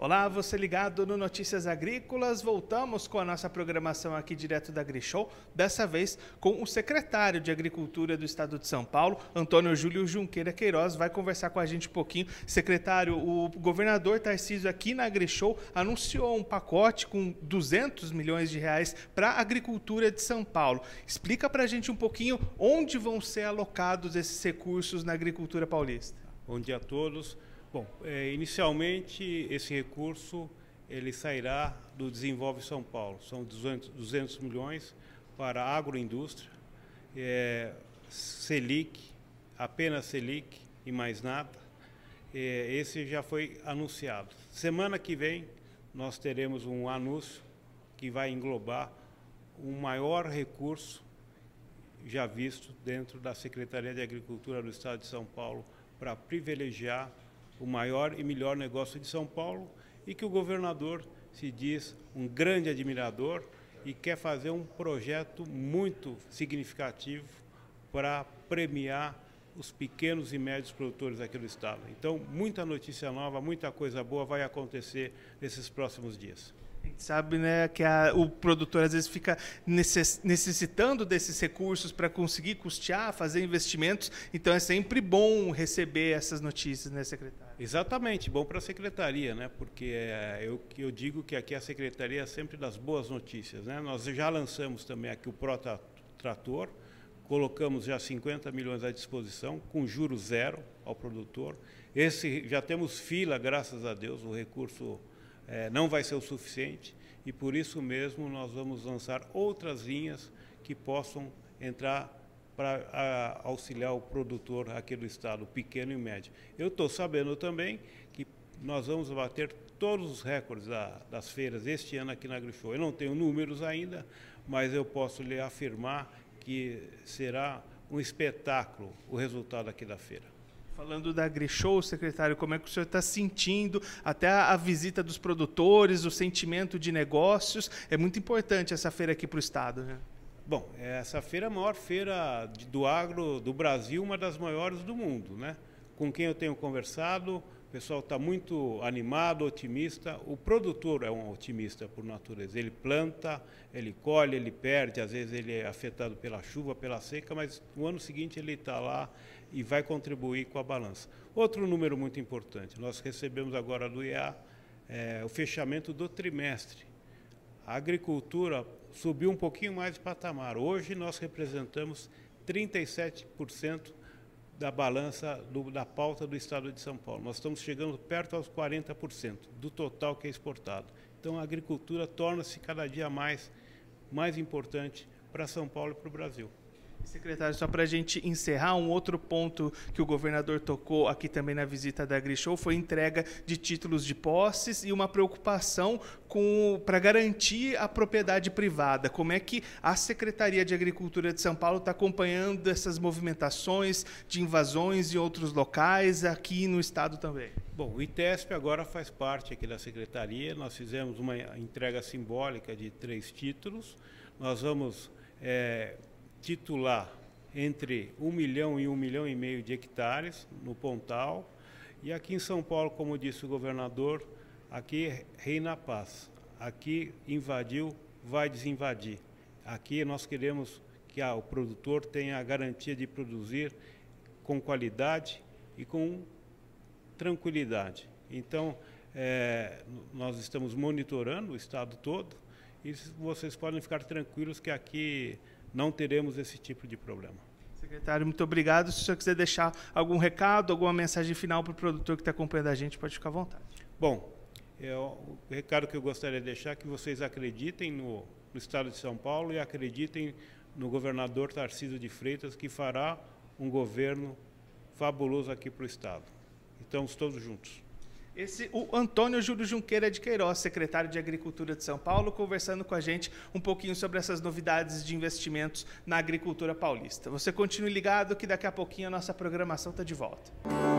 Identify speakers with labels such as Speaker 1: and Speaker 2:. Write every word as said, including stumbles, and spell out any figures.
Speaker 1: Olá, você ligado no Notícias Agrícolas. Voltamos com a nossa programação aqui direto da AgriShow, dessa vez com o secretário de Agricultura do Estado de São Paulo, Antônio Júlio Junqueira Queiroz, vai conversar com a gente um pouquinho. Secretário, o governador Tarcísio aqui na AgriShow anunciou um pacote com duzentos milhões de reais para a agricultura de São Paulo. Explica para a gente um pouquinho onde vão ser alocados esses recursos na agricultura paulista.
Speaker 2: Bom dia a todos. Bom, é, inicialmente esse recurso ele sairá do Desenvolve São Paulo. São duzentos milhões para a agroindústria, é, Selic, apenas Selic e mais nada. É, esse já foi anunciado. Semana que vem nós teremos um anúncio que vai englobar o maior recurso já visto dentro da Secretaria de Agricultura do Estado de São Paulo para privilegiar o maior e melhor negócio de São Paulo, e que o governador se diz um grande admirador e quer fazer um projeto muito significativo para premiar os pequenos e médios produtores aqui do estado. Então, muita notícia nova, muita coisa boa vai acontecer nesses próximos dias.
Speaker 1: A gente sabe, né, que a, o produtor às vezes fica necess, necessitando desses recursos para conseguir custear, fazer investimentos, então é sempre bom receber essas notícias, né, secretário?
Speaker 2: Exatamente, bom para a secretaria, né, porque é, eu, eu digo que aqui a secretaria é sempre das boas notícias, né? Nós já lançamos também aqui o Protrator, colocamos já cinquenta milhões à disposição, com juros zero ao produtor. Esse, já temos fila, graças a Deus, o recurso É, não vai ser o suficiente, e por isso mesmo nós vamos lançar outras linhas que possam entrar para auxiliar o produtor aqui do estado, pequeno e médio. Eu estou sabendo também que nós vamos bater todos os recordes da, das feiras este ano aqui na AgriShow. Eu não tenho números ainda, mas eu posso lhe afirmar que será um espetáculo o resultado aqui da feira.
Speaker 1: Falando da AgriShow, secretário, como é que o senhor está sentindo até a, a visita dos produtores, o sentimento de negócios? É muito importante essa feira aqui para o estado, né?
Speaker 2: Bom, essa feira é a maior feira do agro do Brasil, uma das maiores do mundo, né? Com quem eu tenho conversado, o pessoal está muito animado, otimista. O produtor é um otimista por natureza. Ele planta, ele colhe, ele perde, às vezes ele é afetado pela chuva, pela seca, mas no ano seguinte ele está lá e vai contribuir com a balança. Outro número muito importante, nós recebemos agora do I E A é, o fechamento do trimestre. A agricultura subiu um pouquinho mais de patamar. Hoje nós representamos trinta e sete por cento da balança do, da pauta do estado de São Paulo. Nós estamos chegando perto aos quarenta por cento do total que é exportado. Então a agricultura torna-se cada dia mais, mais importante para São Paulo e para o Brasil.
Speaker 1: Secretário, só para a gente encerrar, um outro ponto que o governador tocou aqui também na visita da AgriShow foi a entrega de títulos de posses e uma preocupação para garantir a propriedade privada. Como é que a Secretaria de Agricultura de São Paulo está acompanhando essas movimentações de invasões em outros locais, aqui no estado também?
Speaker 2: Bom, o ITESP agora faz parte aqui da Secretaria. Nós fizemos uma entrega simbólica de três títulos. Nós vamos É, titular entre um milhão e um milhão e meio de hectares no Pontal, e aqui em São Paulo, como disse o governador, aqui reina a paz, aqui invadiu, vai desinvadir. Aqui nós queremos que ah, o produtor tenha a garantia de produzir com qualidade e com tranquilidade. Então, é, nós estamos monitorando o estado todo, e vocês podem ficar tranquilos que aqui não teremos esse tipo de problema.
Speaker 1: Secretário, muito obrigado. Se o senhor quiser deixar algum recado, alguma mensagem final para o produtor que está acompanhando a gente, pode ficar à vontade.
Speaker 2: Bom, é, o recado que eu gostaria de deixar é que vocês acreditem no, no estado de São Paulo e acreditem no governador Tarcísio de Freitas, que fará um governo fabuloso aqui para o estado. Estamos todos juntos.
Speaker 1: Esse, o Antônio Júlio Junqueira de Queiroz, secretário de Agricultura de São Paulo, conversando com a gente um pouquinho sobre essas novidades de investimentos na agricultura paulista. Você continue ligado que daqui a pouquinho a nossa programação está de volta.